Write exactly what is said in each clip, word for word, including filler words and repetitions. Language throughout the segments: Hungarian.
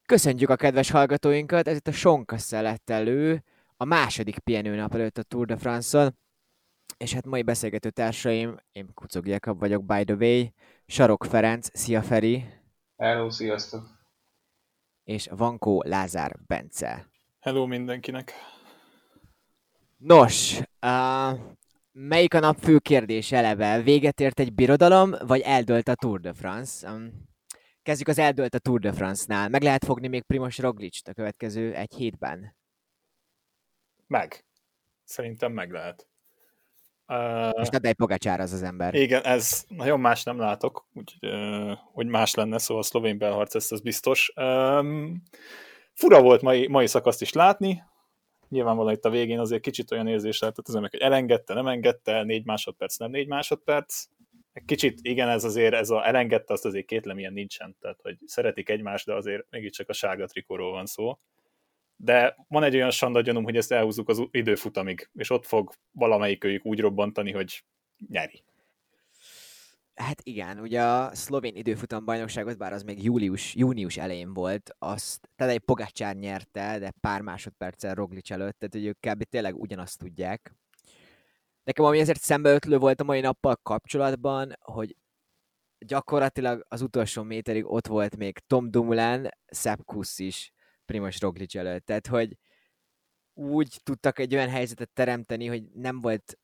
Köszöntjük a kedves hallgatóinkat, ez itt a Sonka szelettelő, a második pihenőnap előtt a Tour de France-on, és hát mai beszélgető társaim, én Kucog Jakab vagyok, by the way, Sarok Ferenc, szia Feri, Hello, sziasztok! és Vankó Lázár Bence. Hello mindenkinek! Nos, uh, melyik a nap fő kérdés eleve? Véget ért egy birodalom, vagy eldőlt a Tour de France? Um, kezdjük az eldőlt a Tour de France-nál. Meg lehet fogni még Primoz Roglicst a következő egy hétben? Meg. Szerintem meg lehet. Uh, És Tadej Pogačar az az ember. igen, ez nagyon más nem látok, úgyhogy uh, hogy más lenne, szóval a szlovén belharc, ez az biztos. Um, fura volt mai, mai szakaszt is látni, nyilvánvalóan itt a végén azért kicsit olyan érzés lehetett az emberek, hogy elengedte, nem engedte, négy másodperc, nem négy másodperc. Kicsit, igen, ez azért, ez a elengedte, azt azért kétlem, ilyen nincsen, tehát hogy szeretik egymást, de azért mégiscsak a sárga trikóról van szó. De van egy olyan sanda gyanúm, hogy ezt elhúzzuk az időfutamig, és ott fog valamelyikőjük úgy robbantani, hogy nyeri. Hát igen, ugye a szlovén időfutam bajnokságot, bár az még július, június elején volt, azt Tadej Pogačar nyerte, de pár másodperccel Roglic előtt, tehát hogy ők kb. Tényleg ugyanazt tudják. Nekem ami ezért szembeötlő volt a mai nappal kapcsolatban, hogy gyakorlatilag az utolsó méterig ott volt még Tom Dumoulin, Sepp Kuss is Primoz Roglic előtt. Tehát, hogy úgy tudtak egy olyan helyzetet teremteni, hogy nem volt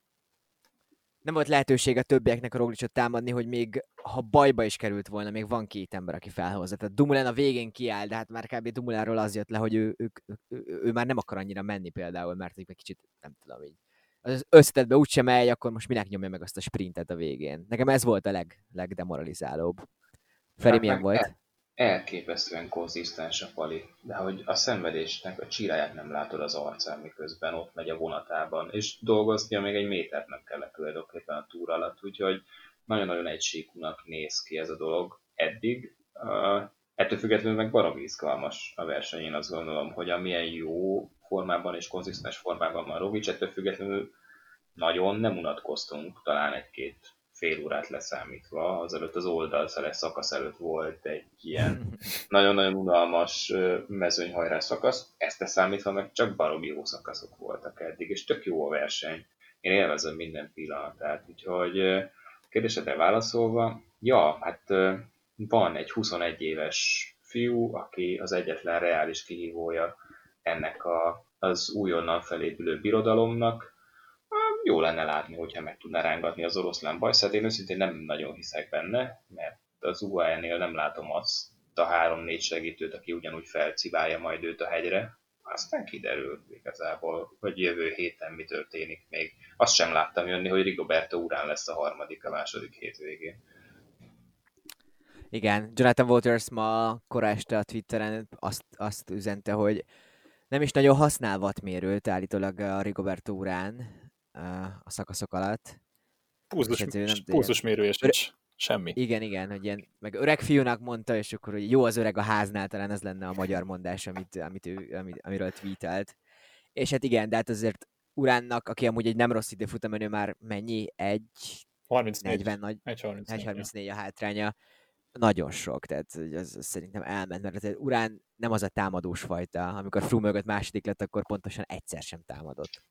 nem volt lehetőség a többieknek a Roglicot támadni, hogy még ha bajba is került volna, még van két ember, aki felhozza. Tehát Dumoulin a végén kiáll, de hát már kb. Dumoulinról az jött le, hogy ő, ő, ő, ő, ő már nem akar annyira menni például, mert egy kicsit, nem tudom így. Az összetetbe úgysem megy, akkor most minek nyomja meg azt a sprintet a végén. Nekem ez volt a leg, legdemoralizálóbb. Feri, Hát milyen meg volt? el- elképesztően konzisztens a pali, de hogy a szenvedésnek a csiráját nem látod az arcán, miközben ott megy a vonatában, és dolgoznia még egy métert nem kellett tulajdonképpen a túra alatt, úgyhogy nagyon-nagyon egysíkúnak néz ki ez a dolog eddig. Uh, ettől függetlenül meg baromi izgalmas a verseny, én azt gondolom, hogy amilyen jó formában és konzisztens formában van Roglic, ettől függetlenül nagyon nem unatkoztunk, talán egy-két fél órát leszámítva, azelőtt az oldalszeles szakasz előtt volt egy ilyen nagyon-nagyon unalmas mezőnyhajrás szakasz, ezt leszámítva meg csak baromi jó szakaszok voltak eddig, és tök jó a verseny. Én élvezem minden pillanatát, úgyhogy kérdésedre válaszolva, ja, hát van egy huszonegy éves fiú, aki az egyetlen reális kihívója ennek a, az újonnan felépülő birodalomnak. Jó lenne látni, hogyha meg tudná rángatni az oroszlán bajszát. Én őszintén nem nagyon hiszek benne, mert az u á é-nél nem látom azt a három-négy segítőt, aki ugyanúgy felcibálja majd őt a hegyre. Aztán kiderül igazából, hogy jövő héten mi történik még. Azt sem láttam jönni, hogy Rigoberto Urán lesz a harmadik a második hétvégén. Igen, Jonathan Waters ma kora este a Twitteren azt, azt üzente, hogy nem is nagyon használ wattmérőt állítólag a Rigoberto Urán a szakaszok alatt. Pulzus, És nem, pulzusmérője sincs. Semmi. Igen, igen, hogy ilyen, meg öreg fiúnak mondta, és akkor hogy jó az öreg a háznál, talán ez lenne a magyar mondás, amit, amit ő, amit, amiről tweetelt. És hát igen, de hát azért Uránnak, aki amúgy egy nem rossz időfutammenő, már mennyi? Egy harmincnégy. negyven nagy, egy harmincnégy a hátránya. Nagyon sok, tehát az, az szerintem elment, mert az Urán nem az a támadós fajta, amikor Froome mögött második lett, akkor pontosan egyszer sem támadott.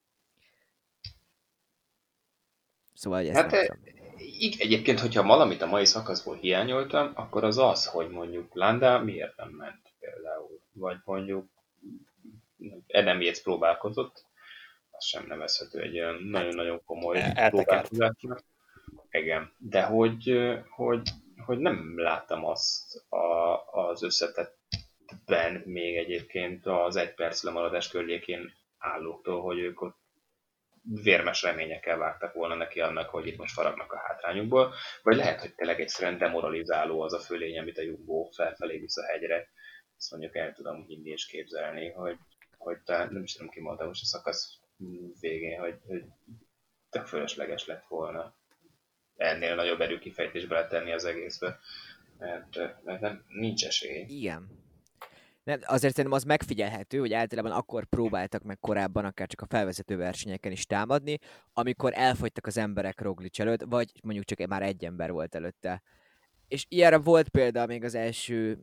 Szóval, hogy Hát e, így, egyébként, hogyha valamit a mai szakaszból hiányoltam, akkor az az, hogy mondjuk Landa miért nem ment például. Vagy mondjuk Adam Yates próbálkozott, az sem nevezhető egy olyan nagyon-nagyon komoly próbálkozásnak. Igen, de hogy, hogy, hogy nem láttam azt a, az összetettben még egyébként az egy perc lemaradás környékén állóktól, hogy ők ott vérmes reményekkel vágtak volna neki annak, hogy itt most faragnak a hátrányukból, vagy lehet, hogy tényleg egyszerűen demoralizáló az a fölény, amit a Jumbo felfelé visz a hegyre. Ezt mondjuk el tudom hinni és képzelni, hogy, hogy talán nem is tudom ki mondta most a szakasz végén, hogy, hogy tök fölösleges lett volna ennél nagyobb erőkifejtésbe lehet tenni az egészbe, mert, mert nem, nincs esély. Igen. De azért szerintem az megfigyelhető, hogy általában akkor próbáltak meg korábban, akár csak a felvezető versenyeken is támadni, amikor elfogytak az emberek Roglic előtt, vagy mondjuk csak már egy ember volt előtte. És ilyenre volt példa még az első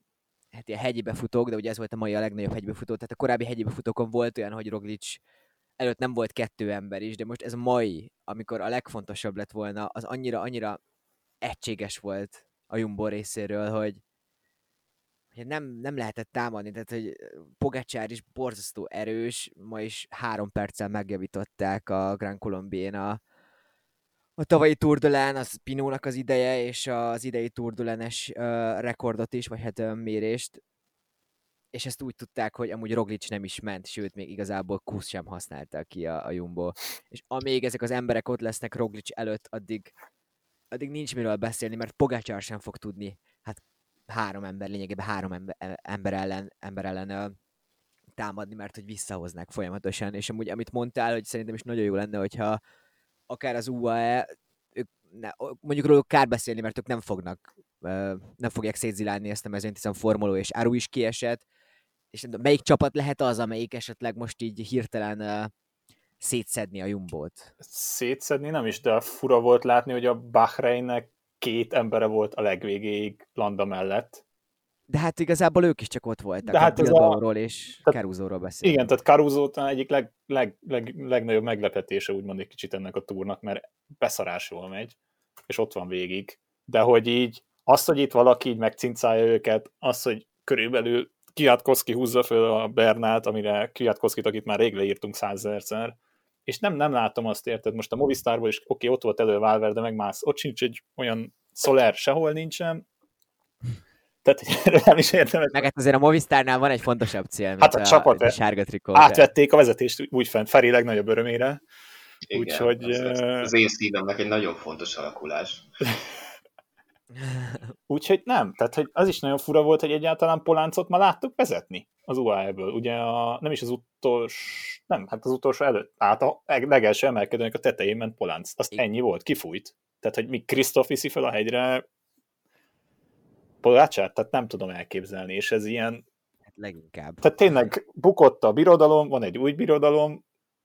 hát ilyen hegyi befutók, de ugye ez volt a mai a legnagyobb hegyi befutó, tehát a korábbi hegyi befutókon volt olyan, hogy Roglic előtt nem volt kettő ember is, de most ez a mai, amikor a legfontosabb lett volna, az annyira, annyira egységes volt a Jumbo részéről, hogy hogy nem, nem lehetett támadni, tehát hogy Pogačar is borzasztó erős, ma is három perccel megjavították a Gran Colombién a, a tavalyi Tour de Lens, az Pinónak az ideje, és az idei Tour de Lens uh, rekordot is, vagy hát uh, mérést, és ezt úgy tudták, hogy amúgy Roglic nem is ment, sőt, még igazából Kusz sem használta ki a, a Jumbo. És amíg ezek az emberek ott lesznek Roglic előtt, addig, addig nincs miről beszélni, mert Pogačar sem fog tudni, hát három ember, lényegében három ember, ember ellen, ember ellen uh, támadni, mert hogy visszahoznák folyamatosan, és amúgy amit mondtál, hogy szerintem is nagyon jó lenne, hogyha akár az u á e, ők ne, mondjuk róluk kár beszélni, mert ők nem fognak, uh, nem fogják szétzilálni ezt a mezőnyt, hiszen Formoló és Aru is kiesett, és nem tudom, melyik csapat lehet az, amelyik esetleg most így hirtelen uh, szétszedni a Jumbót? Szétszedni nem is, de fura volt látni, hogy a Bahreinnek két embere volt a legvégéig Landa mellett. De hát igazából ők is csak ott voltak, de hát Bilbaóról a... és Caruzóról beszélünk. Igen, tehát Caruso egyik leg, leg, leg, legnagyobb meglepetése, úgymond egy kicsit ennek a túrnak, mert beszarásról megy, és ott van végig. De hogy így, az, hogy itt valaki így megcincálja őket, az, hogy körülbelül Kwiatkowski húzza föl a Bernát, amire Kwiatkowskit, akit már rég leírtunk százezerszer, és nem, nem látom azt, érted? Most a Movistarból is, oké, okay, ott volt elő a Valverde, meg más, ott sincs egy olyan Soler, sehol nincsen, tehát erről nem is értem. Meg hát azért a Movistarnál van egy fontosabb cél, mint hát a, a, csapat, a sárga trikó. Átvették a vezetést úgy fent, Feri legnagyobb örömére. Igen, úgyhogy, az, az én szívemnek egy nagyon fontos alakulás. Úgyhogy nem, tehát hogy az is nagyon fura volt, hogy egyáltalán Poláncot ma láttuk vezetni az u á é-ből. Ugye a, nem is az utolsó, nem, hát az utolsó előtt, hát a legelső emelkedőnek a tetején ment Polánc. Azt I- ennyi volt, kifújt. Tehát, hogy mi Krisztof viszi fel a hegyre Pogácsát, tehát nem tudom elképzelni, és ez ilyen... Hát leginkább. Tehát tényleg bukott a birodalom, van egy új birodalom,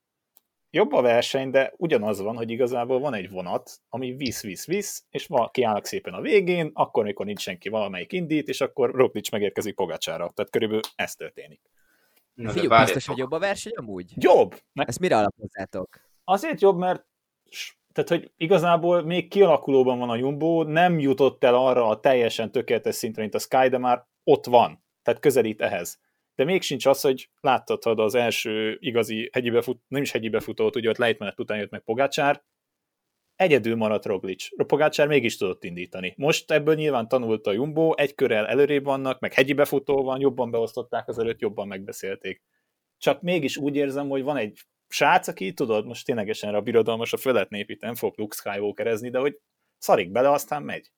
jobb a verseny, de ugyanaz van, hogy igazából van egy vonat, ami visz-visz-visz, és valaki állnak szépen a végén, akkor, mikor nincs senki, valamelyik indít, és akkor Roglic megérkezik Pogačarra. Tehát körülbelül ez történik. Na, Figyelj, biztos, hogy jobb a verseny amúgy? Jobb! Ezt mire alapozzátok? Azért jobb, mert tehát, hogy igazából még kialakulóban van a Jumbo, nem jutott el arra a teljesen tökéletes szintre, mint a Sky, de már ott van. Tehát közelít ehhez. De még sincs az, hogy láttad az első igazi hegyi befut, nem is hegyi befutót, ugye ott lejtmenet után jött meg Pogačar, egyedül maradt Roglic. Pogačar mégis tudott indítani. Most ebből nyilván tanult a Jumbo, egy körrel előrébb vannak, meg hegyi befutó van, jobban beosztották az előtt, jobban megbeszélték. Csak mégis úgy érzem, hogy van egy srác, aki tudod, most ténylegesen a birodalmas a fölött népít, fog Luke Skywalkerezni, de hogy szarik bele, aztán megy.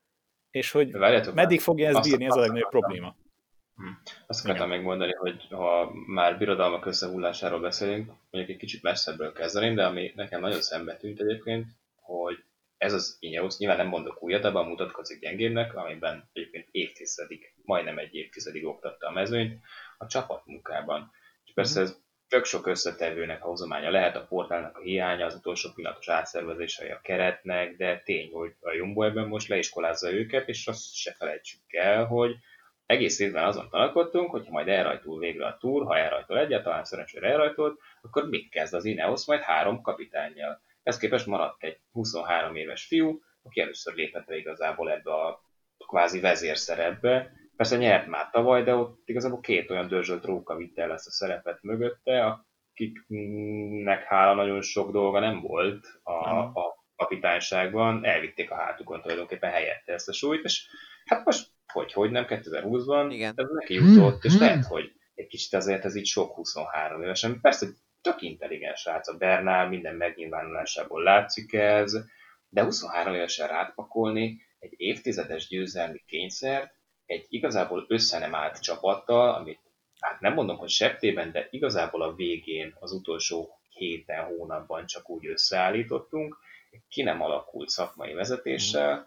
És hogy Várjátok, meddig fogja ezt bírni, ez a legnagyobb probléma. Hm. Azt akartam megmondani, hogy ha már birodalmak összehullásáról beszélünk, mondjuk egy kicsit messzebbről kezdeném, de ami nekem nagyon szembe tűnt egyébként, hogy ez az Ineos, nyilván nem mondok újat, abban mutatkozik gyengébbnek, amiben egyébként évtizedig, majdnem egy évtizedig oktatta a mezőnyt, a csapatmunkában. És persze ez tök sok összetevőnek a hozománya lehet, a portálnak a hiánya, az utolsó pillanatos átszervezései a keretnek, de tény, hogy a Jumbo ebben most leiskolázza őket, és azt se felejtsük el, hogy egész évben azon tanakodtunk, hogyha majd elrajtul végre a túr, ha elrajtol egyáltalán szerencsére elrajtolt, akkor mit kezd az Ineos majd három kapitánnyal. Ez képest maradt egy huszonhárom éves fiú, aki először lépett be igazából ebbe a kvázi vezérszerepbe. Persze nyert már tavaly, de ott igazából két olyan dörzsölt róka vitte el ezt a szerepet mögötte, akiknek hála nagyon sok dolga nem volt a, a kapitányságban, elvitték a hátukon tulajdonképpen helyette ezt a súlyt, és hát most hogy, hogy nem kétezer-húszban Igen. ez neki jutott, és lehet, hogy egy kicsit azért ez így sok huszonhárom évesen. Persze tök intelligens srác a Bernál, minden megnyilvánulásából látszik ez, de huszonhárom évesen rátpakolni egy évtizedes győzelmi kényszert, egy igazából össze nem állt csapattal, amit hát nem mondom, hogy septében, de igazából a végén, az utolsó héten, hónapban csak úgy összeállítottunk, ki nem alakult szakmai vezetéssel,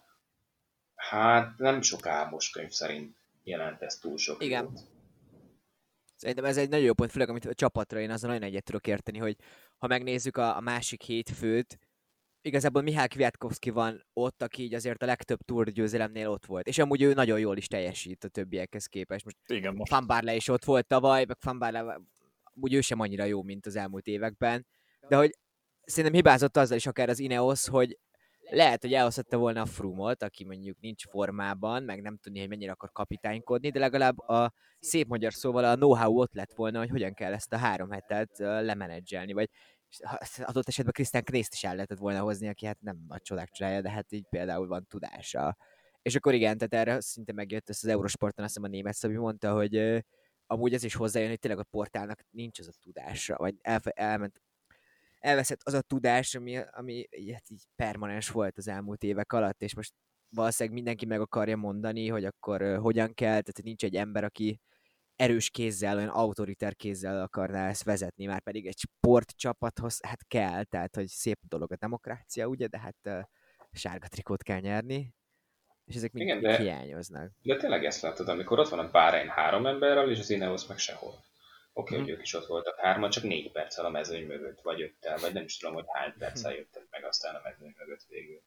hát nem sok álmos könyv szerint jelent ez túl sok. Igen. Jót. Szerintem ez egy nagyon jó pont, főleg amit a csapatra én azon nagyon egyet tudok érteni, hogy ha megnézzük a, a másik hétfőt, igazából Mihály Kwiatkowski van ott, aki így azért a legtöbb Tour győzelemnél ott volt. És amúgy ő nagyon jól is teljesít a többiekhez képest. Most Igen, most. Van Barle is ott volt tavaly, meg Van Barle, úgy ő sem annyira jó, mint az elmúlt években. De hogy szerintem hibázott azzal is akár az Ineos, hogy lehet, hogy elhozhatta volna a Froome-ot, aki mondjuk nincs formában, meg nem tudni, hogy mennyire akar kapitánykodni, de legalább a szép magyar szóval a know-how ott lett volna, hogy hogyan kell ezt a három hetet lemenedzselni, vagy adott esetben Christian Knést is el lehetett volna hozni, aki hát nem a csodák csodája, de hát így például van tudása. És akkor igen, tehát erre szinte megjött ezt az Eurosporton, azt hiszem a német Szabi mondta, hogy uh, amúgy ez is hozzájön, hogy tényleg a portálnak nincs az a tudása, vagy el, elment, elveszett az a tudás, ami, ami így, így permanens volt az elmúlt évek alatt, és most valószínűleg mindenki meg akarja mondani, hogy akkor uh, hogyan kell, tehát nincs egy ember, aki erős kézzel, olyan autoritár kézzel akarná ezt vezetni, már pedig egy sportcsapathoz hát kell, tehát hogy szép dolog a demokrácia, ugye, de hát uh, sárga trikót kell nyerni, és ezek mind Igen, de, hiányoznak. De tényleg ezt látod, amikor ott van a Bahrein három emberrel, és az Ineos meg sehol. Oké, okay, hmm. hogy ők is ott voltak hárman, csak négy perccel a mezőny mögött, vagy öttel, vagy nem is tudom, hogy hány perccel jöttek meg aztán a mezőny mögött végül.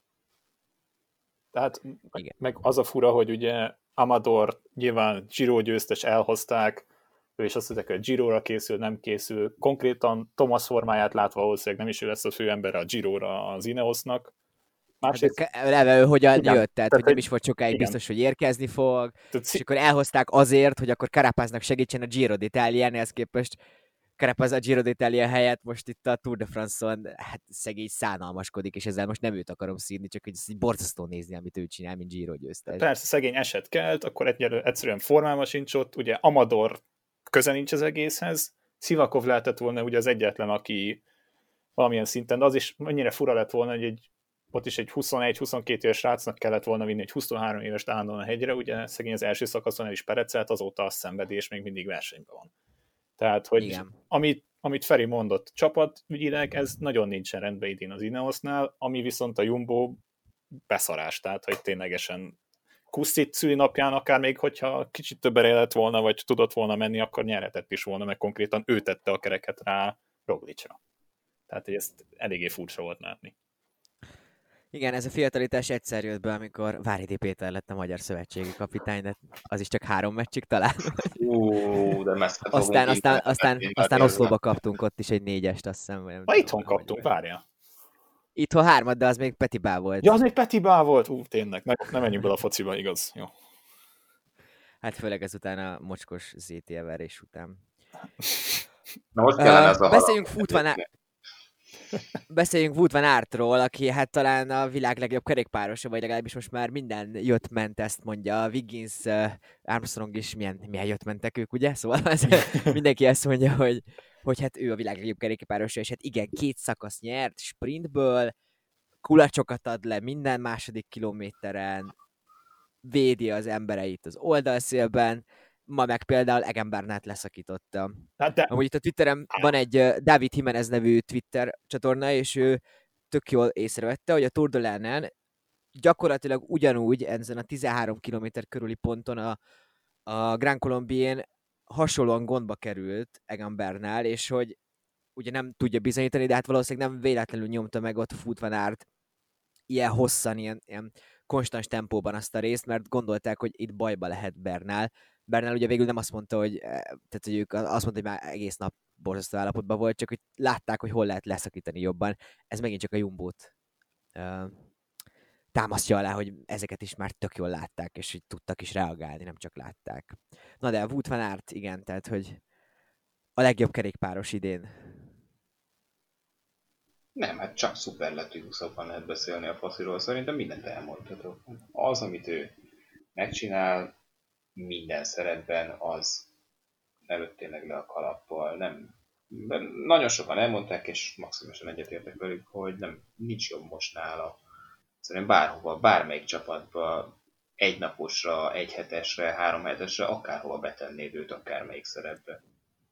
Tehát meg, meg az a fura, hogy ugye Amador nyilván Giro győztes elhozták, ő is azt mondták, hogy Girora készül, nem készül. Konkrétan Thomas formáját látva valószínűleg nem is ő lesz a főember a Girora az Ineosnak. Másrészt... Hát eleve ő hogyan igen, jött, tehát, tehát hogy nem is volt sokáig igen. biztos, hogy érkezni fog, tehát és akkor elhozták azért, hogy akkor Carapaznak segítsen a Giro d'Italián, ehhez képest Carapaz a Giro d'Italia helyett most itt a Tour de France-on hát szegény szánalmaskodik, és ezzel most nem őt akarom szídni, csak hogy így borzasztó nézni, amit ő csinál, mint Giro győztes. Persze, szegény eset kelt, akkor egyszerűen formában sincs ott, ugye Amador köze nincs az egészhez, Sivakov lehetett volna ugye az egyetlen, aki valamilyen szinten, de az is mennyire fura lett volna, hogy egy, ott is egy huszonegy-huszonkettő éves srácnak kellett volna vinni egy huszonhárom éves állandóan a hegyre, ugye szegény az első szakaszon el is perecelt, azóta a szenvedés még mindig versenyben van. Tehát, hogy amit, amit Feri mondott, csapatügyileg ez nagyon nincsen rendben idén az Ineosnál, ami viszont a Jumbo beszarás, tehát, hogy ténylegesen Kusztit szülinapján akár még, hogyha kicsit több ereje lett volna, vagy tudott volna menni, akkor nyerhetett is volna, meg konkrétan ő tette a kereket rá Roglicra. Tehát, hogy ezt eléggé furcsa volt látni. Igen, ez a fiatalitás egyszer jött be, amikor Váridi Péter lett a magyar szövetségi kapitány, de az is csak három meccsig talán. Ú, de messze aztán, aztán, aztán, aztán Oszlóba kaptunk ott is egy négyest, azt hiszem. Ma itthon kaptunk, várja. Itthon hármat, de az még Peti Bá volt. Ja, az még Peti Bá volt? Ú, tényleg, ne, ne menjünk bele a fociba, igaz? Jó. Hát főleg ezután a mocskos zé té é verés után. Na most kellene ez a uh, Beszéljünk futva Beszéljünk Wout van Aertról, aki hát talán a világ legjobb kerékpárosa, vagy legalábbis most már minden jött-ment ezt mondja. Wiggins, uh, Armstrong is milyen, milyen jött-mentek ők, ugye? Szóval az, mindenki ezt mondja, hogy, hogy hát ő a világ legjobb kerékpárosa, és hát igen, két szakasz nyert sprintből, kulacsokat ad le minden második kilométeren, védi az embereit az oldalszélben, ma meg például Egan Bernát leszakította. Hát de... Amúgy itt a Twitteren van egy uh, David Jimenez nevű Twitter csatorna, és ő tök jól észrevette, hogy a Tour de Lens-en gyakorlatilag ugyanúgy ezen a tizenhárom kilométer körüli ponton a, a Grand Colombier hasonlóan gondba került Egan Bernal, és hogy ugye nem tudja bizonyítani, de hát valószínűleg nem véletlenül nyomta meg ott Wout van Aert ilyen hosszan, ilyen, ilyen konstans tempóban azt a részt, mert gondolták, hogy itt bajba lehet Bernal. Bernal ugye végül nem azt mondta, hogy, tehát, hogy ők azt mondta, hogy már egész nap borzasztó állapotban volt, csak hogy látták, hogy hol lehet leszakítani jobban. Ez megint csak a Jumbót uh, támasztja alá, hogy ezeket is már tök jól látták, és hogy tudtak is reagálni, nem csak látták. Na de a Wout van Aert, igen, tehát, hogy a legjobb kerékpáros idén. Nem, hát csak szuperletű húszakban lehet beszélni a fosziról, szerintem mindent elmondhatok. Az, amit ő megcsinál, minden szerepben, az előtt tényleg le a kalappal. Nem, nagyon sokan elmondták, és maximálisan egyetértek velük, hogy nem, nincs jobb most nála. Szerintem bárhova, bármelyik csapatba, egy naposra, egy hetesre, három hetesre, akárhova betennéd őt, akármelyik szerepbe.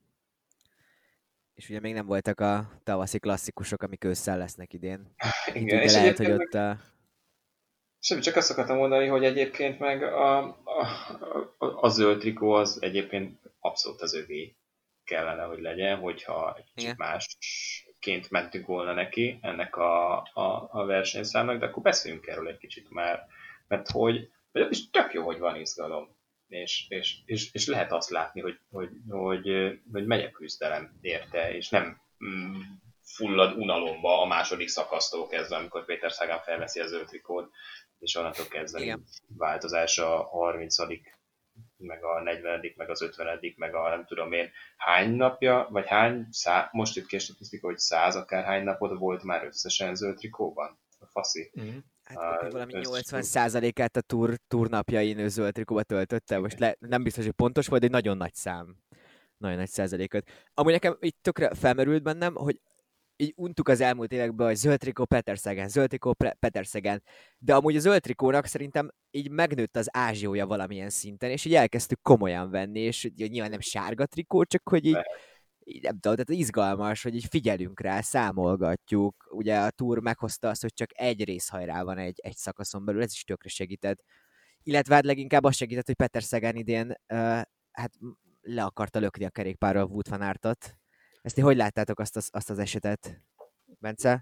És ugye még nem voltak a tavaszi klasszikusok, amik ősszel lesznek idén. Igen, és lehet, hogy ott a... Semmi, csak azt akartam mondani, hogy egyébként meg a, a, a, a zöld trikó az egyébként abszolút az övé kellene, hogy legyen, hogyha egy kicsit más ként mentünk volna neki ennek a, a, a versenyszámnak, de akkor beszéljünk erről egy kicsit már, mert hogy, hogy ez is tök jó, hogy van izgalom, és, és, és, és lehet azt látni, hogy, hogy, hogy, hogy megy a küzdelem érte, és nem mm, fullad unalomba a második szakasztól kezdve, amikor Péter Sagan felveszi az zöld trikót, és onnantól kezdve Igen. változás a harmincadik meg a negyvenedik meg az ötvenedik meg a nem tudom én hány napja, vagy hány, szá, most jött ki a statisztika, hogy száz akár hány napod volt már összesen zöld trikóban? A faszi. Mm. Hát Uh, valami ez- nyolcvan százalékát a túr, túrnapjain ő zöld trikóba töltötte, most le, nem biztos, hogy pontos volt, de egy nagyon nagy szám. Nagyon nagy százalékot. Amúgy nekem így tökre felmerült bennem, hogy így untuk az elmúlt években, hogy zöld trikó Peter Sagan, zöld trikó Peter Sagan, de amúgy a zöld trikónak szerintem így megnőtt az ázsiója valamilyen szinten, és így elkezdtük komolyan venni, és így, nyilván nem sárga trikó, csak hogy így, így nem tudom, tehát izgalmas, hogy így figyelünk rá, számolgatjuk. Ugye a túr meghozta azt, hogy csak egy részhajrá van egy, egy szakaszon belül, ez is tökre segített. Illetve hát leginkább az segített, hogy Peter Sagan idén uh, hát le akarta lökni a kerékpárral Wout van Aertot. Ezt ti hogy láttátok azt az, azt az esetet, Bence?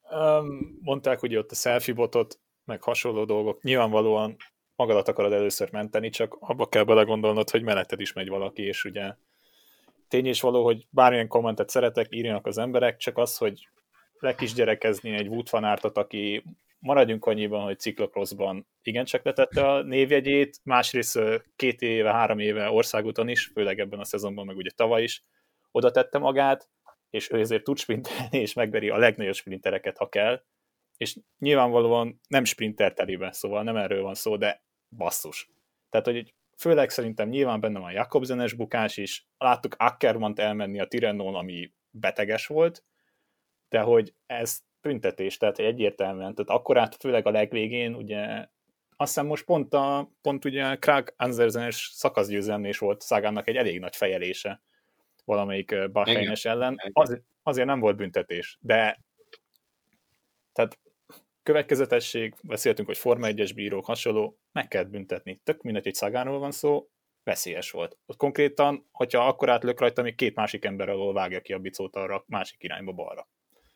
Um, mondták ugye ott a selfie botot, meg hasonló dolgok. Nyilvánvalóan magadat akarod először menteni, csak abba kell belegondolnod, hogy melletted is megy valaki, és ugye tény és való, hogy bármilyen kommentet szeretek, írjanak az emberek, csak az, hogy lekisgyerekezni egy Wout van Aertot, aki maradjunk annyiban, hogy ciklokroszban igencsak letette a névjegyét, másrészt két éve, három éve országúton is, főleg ebben a szezonban, meg ugye tavaly is oda tette magát, és ő ezért tud sprintelni, és megveri a legnagyobb sprintereket, ha kell, és nyilvánvalóan nem sprinter telibe, szóval nem erről van szó, de basszus. Tehát, hogy főleg szerintem nyilván benne van Jakobsenes bukás is, láttuk Ackermann-t elmenni a Tirrenon, ami beteges volt, de hogy ez büntetés, tehát egyértelműen, tehát akkorát főleg a legvégén, ugye azt hiszem most pont, a, pont ugye Krag Andersenes szakaszgyőzelmnél is volt Sagannak egy elég nagy fejelése valamelyik Bahreines ellen, az, azért nem volt büntetés, de tehát következetesség, beszéltünk, hogy Forma egyes bírók, hasonló, meg kell büntetni. Tök mindegy, hogy Saganról van szó, veszélyes volt. Ott konkrétan, hogyha akkor átlök rajta, még két másik ember alól vágja ki a bicót arra, másik irányba balra.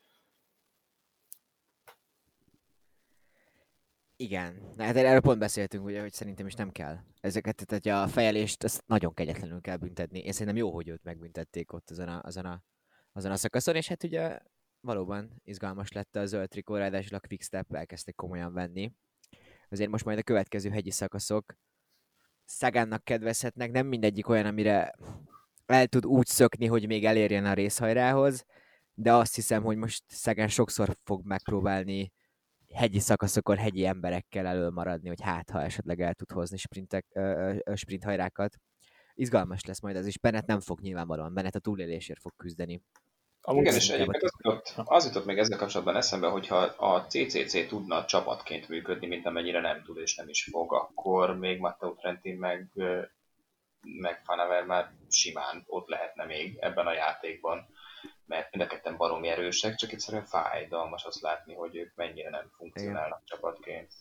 Igen. Na, hát erről pont beszéltünk, ugye, hogy szerintem is nem kell. Ezeket, tehát a fejelést, ezt nagyon kegyetlenül kell büntetni. Én szerintem jó, hogy őt megbüntették ott azon a, azon a, azon a szakaszon, és hát ugye valóban izgalmas lett a zöld trikó, ráadásul a Quickstep elkezdték komolyan venni. Azért most majd a következő hegyi szakaszok Sagannak kedvezhetnek, nem mindegyik olyan, amire el tud úgy szökni, hogy még elérjen a részhajrához, de azt hiszem, hogy most Sagan sokszor fog megpróbálni hegyi szakaszokon hegyi emberekkel elől maradni, hogy hát, ha esetleg el tud hozni sprintek, ö, ö, sprinthajrákat. Izgalmas lesz majd az is. Bennett nem fog nyilvánvalóan, Bennett a túlélésért fog küzdeni. Amúgy igen, és egyébként az jutott, az jutott még ezzel kapcsolatban eszembe, hogyha a cé cé cé tudna csapatként működni, mint amennyire nem tud és nem is fog, akkor még Matteo Trentin meg, meg Van Aert már simán ott lehetne még ebben a játékban, mert mind a ketten baromi erősek, csak egyszerűen fájdalmas azt látni, hogy ők mennyire nem funkcionálnak igen. csapatként.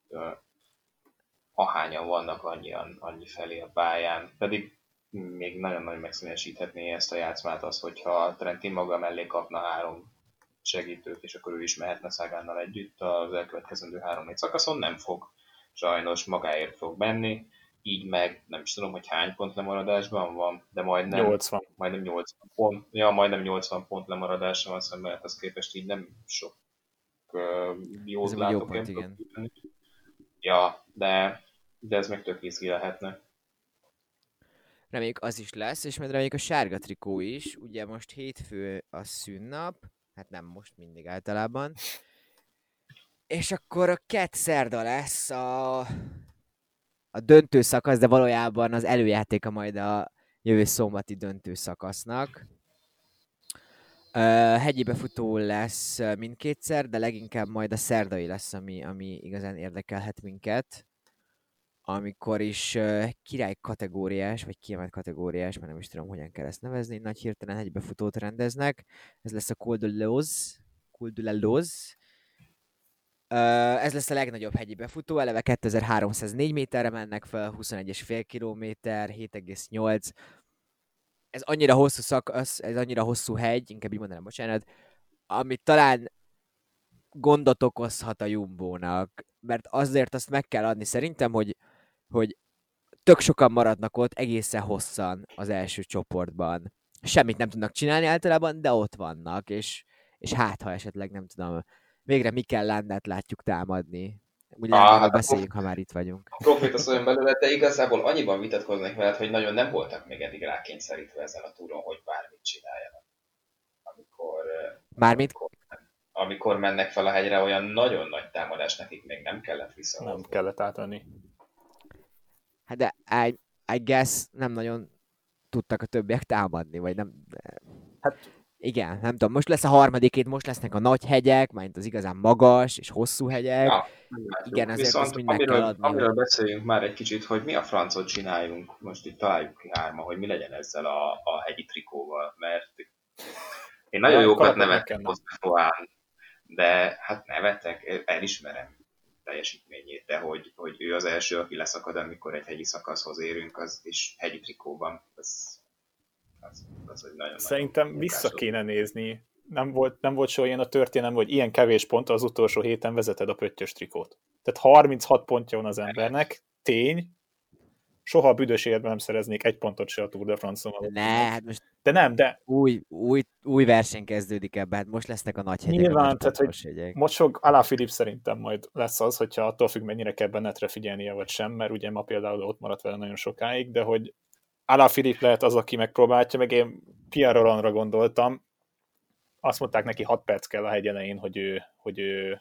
Ahányan vannak, annyian, annyi felé a pályán, pedig még nagyon-nagyon megszínesíthetné ezt a játszmát az, hogyha Trentin maga mellé kapna három segítőt, és akkor ő is mehetne Sagannal együtt az elkövetkezendő három-négy szakaszon, nem fog, sajnos magáért fog menni, így meg nem is tudom, hogy hány pont lemaradásban van, de majdnem nyolcvan. Majdnem nyolcvan pont, ja, majdnem nyolcvan pont lemaradásra van szemben, az képest így nem sok uh, jót látok. Jó pont, igen. Ja, de, de ez meg tök izgi lehetne. Reméljük az is lesz, és majd reméljük a sárga trikó is. Ugye most hétfő a szünnap, hát nem most, mindig általában. És akkor a kett szerda lesz a, a döntő szakasz, de valójában az előjátéka majd a jövő szombati döntő szakasznak. Uh, hegyi befutó lesz mindkétszer, de leginkább majd a szerdai lesz, ami, ami igazán érdekelhet minket. Amikor is uh, király kategóriás, vagy kiemelt kategóriás, mert nem is tudom, hogyan kell ezt nevezni, nagy hirtelen hegyi befutót rendeznek. Ez lesz a Col de Loz. Col de la Loz. Uh, ez lesz a legnagyobb hegyi befutó, eleve kétezer-háromszáznégy méterre mennek fel, huszonegy egész öt kilométer, hét egész nyolc. Ez annyira hosszú szakasz, ez annyira hosszú hegy, inkább így mondanám, bocsánat, ami talán gondot okozhat a Jumbónak, mert azért azt meg kell adni szerintem, hogy, hogy tök sokan maradnak ott egészen hosszan az első csoportban. Semmit nem tudnak csinálni általában, de ott vannak, és, és hát, ha esetleg nem tudom, végre Mikel Landát látjuk támadni. Úgy Ah, Landáról hát a beszéljünk, ha már itt vagyunk. A proféta szóljon belőle, de igazából annyiban vitatkoznék veled, hogy nagyon nem voltak még eddig rákényszerítve ezen a túron, hogy bármit csináljanak. Amikor, eh, Mármint, amikor, amikor mennek fel a hegyre, olyan nagyon nagy támadás nekik még nem kellett visszahozni. Nem kellett átvenni. hát de I, I guess nem nagyon tudtak a többiek támadni, vagy nem... Hát Igen, nem tudom, most lesz a harmadikét, most lesznek a nagy hegyek, majd az igazán magas és hosszú hegyek. Ja, Igen, azért viszont azt mind meg amiről, kell adni. amiről Hogy... beszéljünk már egy kicsit, hogy mi a francot csináljunk, most itt találjuk ki hárma, hogy mi legyen ezzel a, a hegyi trikóval, mert én nagyon Ja, jókat kalapot nevettem megkenne. Hosszúan, de hát nevetek, elismerem teljesítményét, de hogy, hogy ő az első, aki leszakad, amikor egy hegyi szakaszhoz érünk, az is hegyi trikóban, az, az, az egy nagyon Szerintem vissza kéne nézni. Nem volt, nem volt soha ilyen a történelem, hogy ilyen kevés pont az utolsó héten vezeted a pöttyös trikót. Tehát harminchat pontja van az embernek, tény, soha a büdös életben nem szereznék egy pontot se a Tour de France-on. Ne, hát most De nem, de új, új, új verseny kezdődik ebbe, hát most lesznek a nagy hegyek, nyilván, a nagy tehát, hogy pontos hegyek. most fog Alaphilippe szerintem majd lesz az, hogyha attól függ, mennyire kell Bennetre figyelnie, vagy sem, mert ugye ma például ott maradt vele nagyon sokáig, de hogy Alaphilippe lehet az, aki megpróbálja, meg én Pierre Rolandra gondoltam, azt mondták neki hat perc kell a hegy elején, hogy ő, hogy ő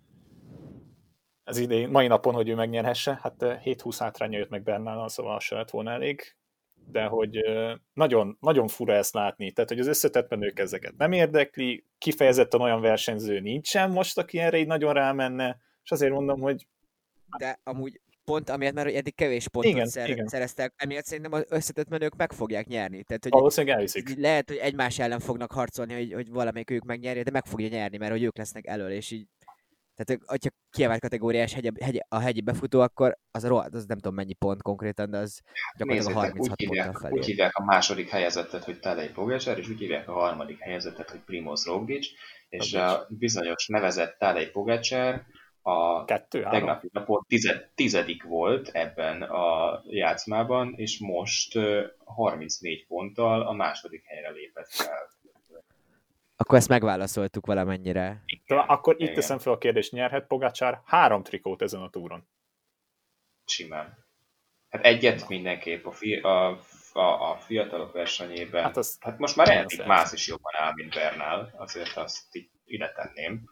az idén, mai napon, hogy ő megnyerhesse, hát hét húsz hátránya jött meg Bernállal, szóval az se lett volna elég, de hogy nagyon, nagyon fura ezt látni, tehát hogy az összetett menők ezeket nem érdekli, kifejezetten olyan versenyző nincsen most, aki erre így nagyon rámenne, és azért mondom, hogy De amúgy pont amiatt, mert hogy eddig kevés pontot igen, szer- igen. szereztek, emiatt szerintem az összetett menők meg fogják nyerni. Tehát, hogy Valószínűleg elviszik. így lehet, hogy egymás ellen fognak harcolni, hogy, hogy valamelyik ők megnyerje, de meg fogja nyerni, mert hogy ők lesznek elől, és így tehát, hogyha kiemelt kategóriás hegy, hegy, a hegyi befutó, akkor az, a rohadt, az nem tudom mennyi pont konkrétan, de az gyakorlatilag a Nézzétek, úgy harminchat ponttal hívják, felé. úgy hívják a második helyezettet, hogy Tadej Pogačar, és úgy hívják a harmadik helyezettet, hogy Primoz Roglic, és a bizonyos nevezett Tadej Pogačar a Kettő, három? tegnapi napon tized, tizedik volt ebben a játszmában, és most uh, harmincnégy ponttal a második helyre lépett fel. Akkor ezt megválaszoltuk valamennyire. De akkor itt Igen. teszem fel a kérdést, nyerhet Pogačar három trikót ezen a túron? Simán. Hát egyet mindenképp a, fi, a, a, a fiatalok versenyében. Hát, az hát most már nagyon Enric szerencsés. Mas is jobban áll, mint Bernal, azért azt így ide tenném.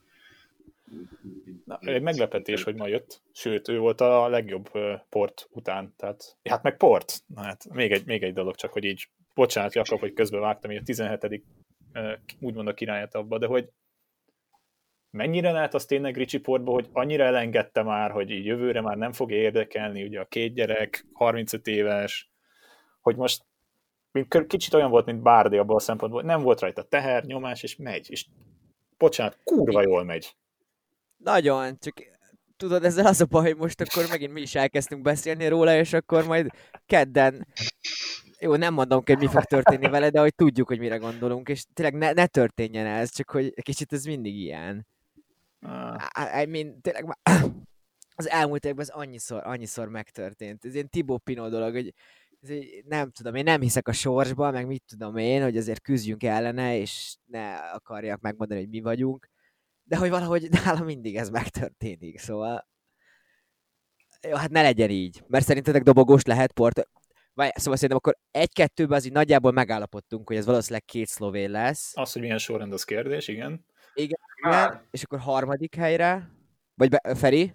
Na, egy meglepetés, hogy ma jött. Sőt, ő volt a legjobb uh, Port után. Tehát, hát meg Port. Na hát még egy, még egy dolog, csak hogy így, bocsánat, Jakab, hogy közbevágtam, hogy a tizenhetedik Uh, úgymond a királyát abba, de hogy mennyire lehet az tényleg Ricci Portba, hogy annyira elengedte már, hogy így jövőre már nem fog érdekelni, ugye a két gyerek, harmincöt éves, hogy most mint kicsit olyan volt, mint Bardi abban a szempontból, nem volt rajta teher, nyomás, és megy. És bocsánat, kurva jól megy. Nagyon, csak tudod, ezzel az a baj, hogy most akkor megint mi is elkezdtünk beszélni róla, és akkor majd kedden, jó, nem mondom, hogy mi fog történni vele, de hogy tudjuk, hogy mire gondolunk, és tényleg ne, ne történjen ez, csak hogy kicsit ez mindig ilyen. Ah. I, I mean, tényleg már az elmúlt években ez annyiszor, annyiszor megtörtént. Ez ilyen Thibaut Pinot dolog, hogy ez egy, nem tudom, én nem hiszek a sorsba, meg mit tudom én, hogy azért küzdjünk ellene, és ne akarják megmondani, hogy mi vagyunk, de hogy valahogy nálam mindig ez megtörténik, szóval jó, hát ne legyen így, mert szerintetek dobogós lehet Port. Vagy, szóval szerintem akkor egy-kettőben az így nagyjából megállapodtunk, hogy ez valószínűleg két szlovén lesz. Az, hogy milyen sorrend, az kérdés, igen. Igen, igen. És akkor harmadik helyre? Vagy be, Feri?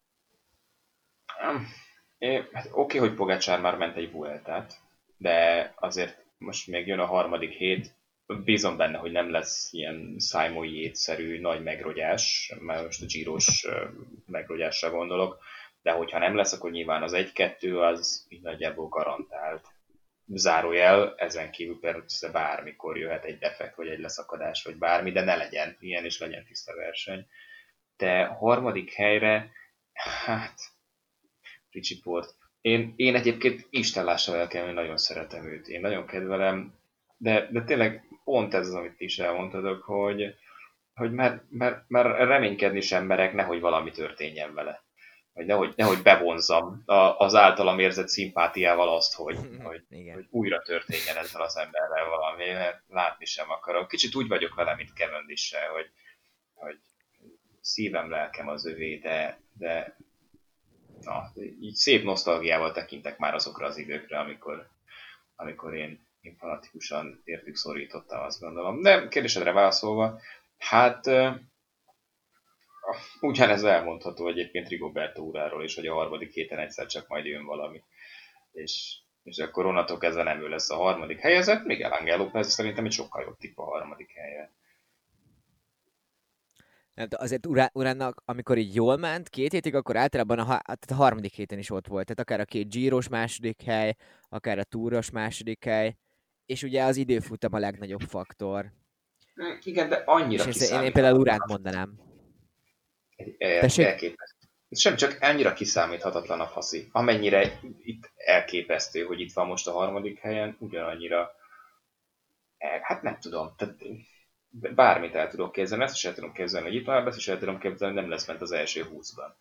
Hát oké, hogy Pogačar már ment egy Vueltát, de azért most még jön a harmadik hét, bízom benne, hogy nem lesz ilyen Simon Yates-szerű nagy megrogyás, mert most a Giros megrogyásra gondolok, de hogyha nem lesz, akkor nyilván az egy-kettő az így nagyjából garantált. Zárójel, ezen kívül persze bármikor jöhet egy defekt, vagy egy leszakadás, vagy bármi, de ne legyen ilyen, és legyen tiszta verseny. De harmadik helyre, hát, Ricci Port. Én, én egyébként istenlással el kell, hogy nagyon szeretem őt. Én nagyon kedvelem, de, de tényleg pont ez az, amit is elmondtadok, hogy hogy mert, mert, mert reménykedni sem merek, nehogy valami történjen vele. Vagy nehogy, nehogy bevonzam az általam érzett szimpátiával azt, hogy, hogy, hogy újra történjen ezzel az emberrel valami, mert látni sem akarok. Kicsit úgy vagyok vele, mint Cavendish-sel, hogy, hogy szívem, lelkem az övé, de, de na, így szép nosztalgiával tekintek már azokra az időkre, amikor, amikor én, én fanatikusan értük szorítottam, azt gondolom. De kérdésedre válaszolva, hát ugyanez elmondható egyébként Rigoberto uráról is, hogy a harmadik héten egyszer csak majd jön valami. És, és akkor onnantól kezdve nem ő lesz a harmadik helyezett, Miguel Ángel López szerintem egy sokkal jobb tipp a harmadik helyen. Nem, de azért Uránnak, amikor így jól ment két hétig, akkor általában a, ha- a harmadik héten is ott volt. Tehát akár a két Giros második hely, akár a Touros második hely, és ugye az időfutam a legnagyobb faktor. Igen, de annyira és én, én például Uránt mondanám. Elképesztő. Sem csak annyira kiszámíthatatlan a faszi. Amennyire itt elképesztő, hogy itt van most a harmadik helyen, ugyanannyira el, hát nem tudom, tehát bármit el tudok képzelni, ezt is el tudom képzelni, hogy itt van, ezt is el tudom képzelni, nem lesz ment az első húszban.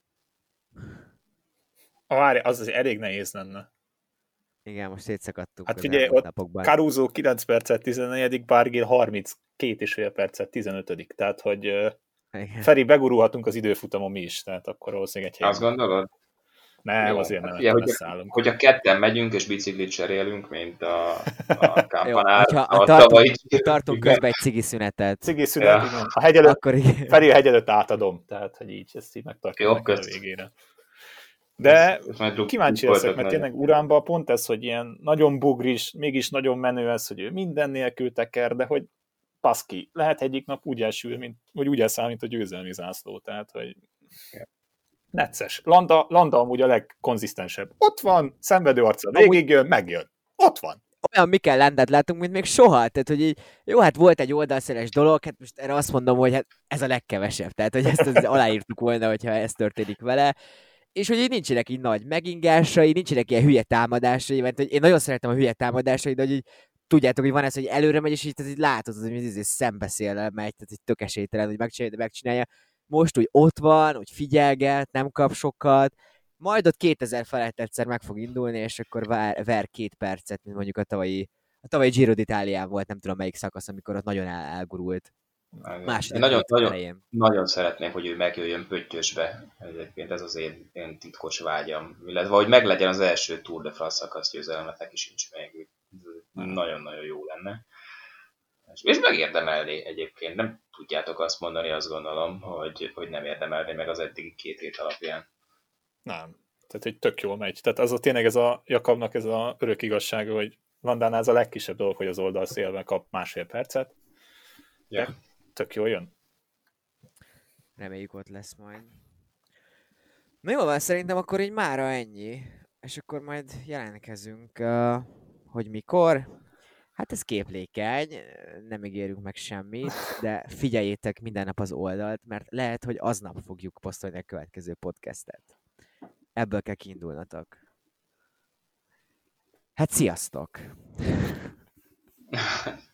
Várj, az az elég nehéz lenne. Igen, most szétszakadtunk. Hát figyelj, ott napokban. Caruso kilenc percet tizennégy, Barguil harminckét és fél percet tizenöt. Tehát, hogy igen. Feri, begurulhatunk az időfutamon mi is, tehát akkor valószínűleg egy helyen. Azt gondolod? Nem, jó, azért nem. Figyelj, hogy, hogy a ketten megyünk és biciklit cserélünk, mint a, a Campanár. Jó, a tartunk, tartunk közben egy cigiszünetet. Cigiszünet, ja. Igen. A hegy előtt, akkor Feri a hegy előtt átadom, tehát hogy így ezt így megtartjuk a végére. De kíváncsi leszek, mert tényleg Uránban pont ez, hogy ilyen nagyon bugris, mégis nagyon menő ez, hogy ő minden nélkül teker, de hogy paszki, lehet egyik nap úgy elsül, mint, vagy úgy elszáll, mint a győzelmi zászló, tehát hogy necces. Landa, Landa amúgy a legkonzisztensebb. Ott van, szenvedő arca, végig jön, megjön. Ott van. Olyan Mikel Landát látunk, mint még soha. Tehát, hogy így, jó, hát volt egy oldalszeres dolog, hát most erre azt mondom, hogy hát ez a legkevesebb. Tehát, hogy ezt az aláírtuk volna, hogyha ez történik vele. És hogy így nincsenek így nagy megingásai, nincsenek ilyen hülye támadásai, mert hogy én nagyon szeretem a hülye támadásai, de hogy így, tudjátok, hogy van ez, hogy előre megy, és így, így látod, hogy ez szembeszéllel megy, tehát így tök esélytelen, hogy megcsinálja, de megcsinálja. Most úgy ott van, hogy figyelget, nem kap sokat, majd ott kétezer felett egyszer meg fog indulni, és akkor vár, ver két percet, mint mondjuk a tavalyi, a tavalyi Giro d'Italián volt, nem tudom melyik szakasz, amikor ott nagyon el, elgurult. Második nagyon, nagyon, nagyon szeretném, hogy ő megjöjjön Pöttyösbe. Egyébként ez az én, én titkos vágyam. Illetve, hogy meglegyen az első Tour de France szakasz győzelem, neki sincs még. Nagyon-nagyon jó lenne. És megérdemelné egyébként. Nem tudjátok azt mondani, azt gondolom, hogy, hogy nem érdemelné meg az eddigi két hét alapján. Nem. Tehát, hogy tök jól megy. Tehát az a tényleg ez a Jakabnak ez a örök igazsága, hogy Landánál az a legkisebb dolog, hogy az oldalszélben kap másfél percet. Ja. Tök jól jön. Reméljük ott lesz majd. Na jó van, szerintem akkor így mára ennyi. És akkor majd jelentkezünk, uh, hogy mikor. Hát ez képlékeny, nem ígérünk meg semmit, de figyeljétek minden nap az oldalt, mert lehet, hogy aznap fogjuk posztolni a következő podcastet. Ebből kell kiindulnatok. Hát sziasztok!